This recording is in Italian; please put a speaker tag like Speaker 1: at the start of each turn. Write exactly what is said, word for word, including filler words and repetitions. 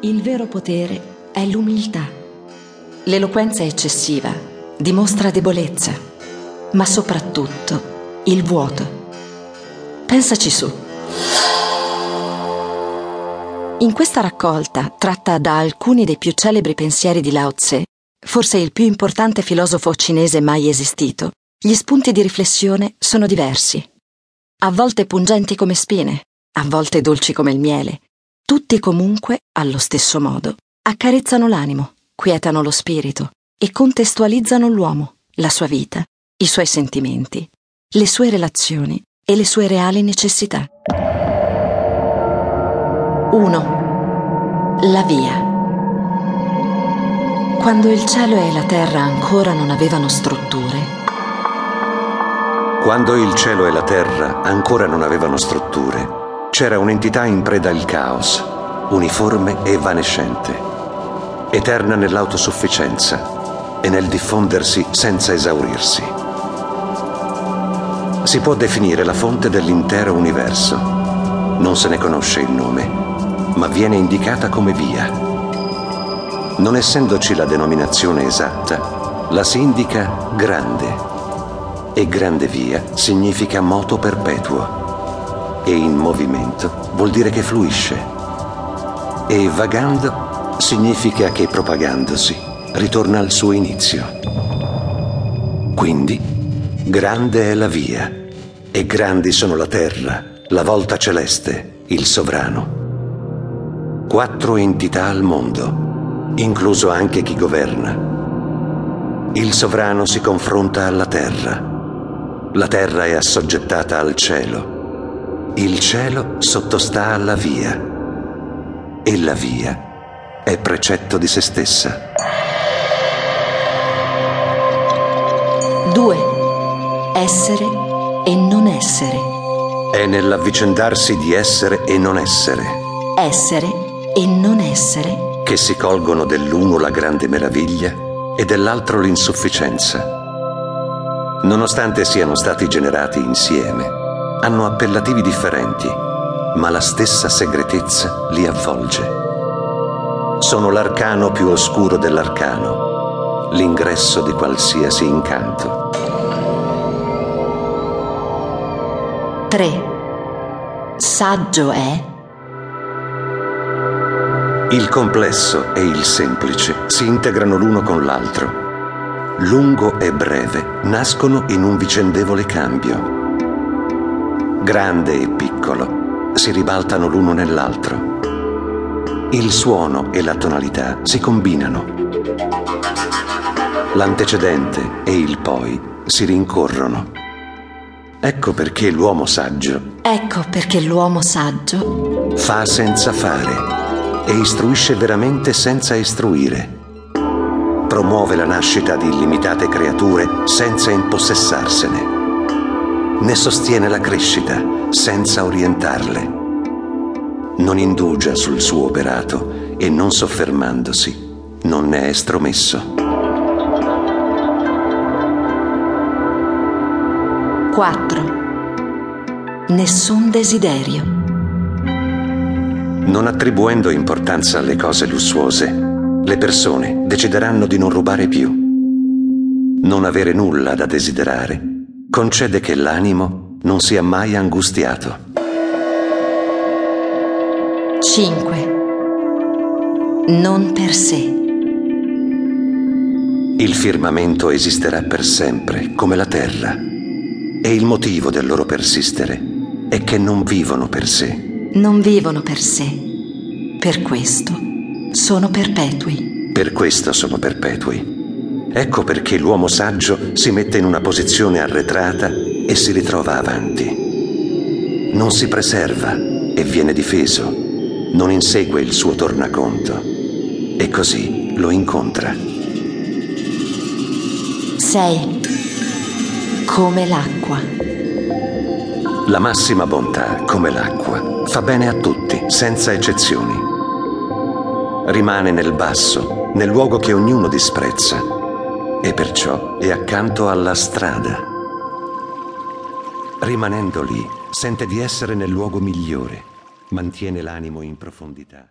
Speaker 1: Il vero potere è l'umiltà. L'eloquenza eccessiva dimostra debolezza, ma soprattutto il vuoto. Pensaci su. In questa raccolta, tratta da alcuni dei più celebri pensieri di Lao Tse, forse il più importante filosofo cinese mai esistito, gli spunti di riflessione sono diversi. A volte pungenti come spine, a volte dolci come il miele. Tutti comunque, allo stesso modo, accarezzano l'animo, quietano lo spirito e contestualizzano l'uomo, la sua vita, i suoi sentimenti, le sue relazioni e le sue reali necessità. uno. La via. Quando il cielo e la terra ancora non avevano strutture.
Speaker 2: Quando il cielo e la terra ancora non avevano strutture, c'era un'entità in preda al caos, uniforme e evanescente, eterna nell'autosufficienza e nel diffondersi senza esaurirsi. Si può definire la fonte dell'intero universo. Non se ne conosce il nome, ma viene indicata come via. Non essendoci la denominazione esatta, la si indica grande, e grande via significa moto perpetuo. E in movimento vuol dire che fluisce. E vagando significa che propagandosi ritorna al suo inizio. Quindi, grande è la via, e grandi sono la terra, la volta celeste, il sovrano. Quattro entità al mondo, incluso anche chi governa. Il sovrano si confronta alla terra. La terra è assoggettata al cielo. Il cielo sottostà alla via e la via è precetto di se stessa.
Speaker 1: due. Essere e non essere.
Speaker 2: È nell'avvicendarsi di essere e non essere.
Speaker 1: Essere e non essere.
Speaker 2: Che si colgono dell'uno la grande meraviglia e dell'altro l'insufficienza. Nonostante siano stati generati insieme, hanno appellativi differenti, ma la stessa segretezza li avvolge. Sono l'arcano più oscuro dell'arcano, l'ingresso di qualsiasi incanto.
Speaker 1: tre. Saggio è?
Speaker 2: Il complesso e il semplice si integrano l'uno con l'altro. Lungo e breve nascono in un vicendevole cambio. Grande e piccolo si ribaltano l'uno nell'altro. Il suono e la tonalità si combinano. L'antecedente e il poi si rincorrono. Ecco perché l'uomo saggio
Speaker 1: Ecco perché l'uomo saggio
Speaker 2: fa senza fare e istruisce veramente senza istruire. Promuove la nascita di illimitate creature senza impossessarsene. Ne sostiene la crescita senza orientarle. Non indugia sul suo operato e non soffermandosi non ne è estromesso.
Speaker 1: quattro. Nessun desiderio.
Speaker 2: Non attribuendo importanza alle cose lussuose, le persone decideranno di non rubare più. Non avere nulla da desiderare concede che l'animo non sia mai angustiato.
Speaker 1: cinque. Non per sé.
Speaker 2: Il firmamento esisterà per sempre, come la terra, e il motivo del loro persistere è che non vivono per sé.
Speaker 1: Non vivono per sé. Per questo sono perpetui.
Speaker 2: Per questo sono perpetui. Ecco perché l'uomo saggio si mette in una posizione arretrata e si ritrova avanti. Non si preserva e viene difeso, non insegue il suo tornaconto e così lo incontra.
Speaker 1: sei. Come l'acqua.
Speaker 2: La massima bontà, come l'acqua, fa bene a tutti, senza eccezioni. Rimane nel basso, nel luogo che ognuno disprezza, e perciò è accanto alla strada. Rimanendo lì, sente di essere nel luogo migliore, mantiene l'animo in profondità.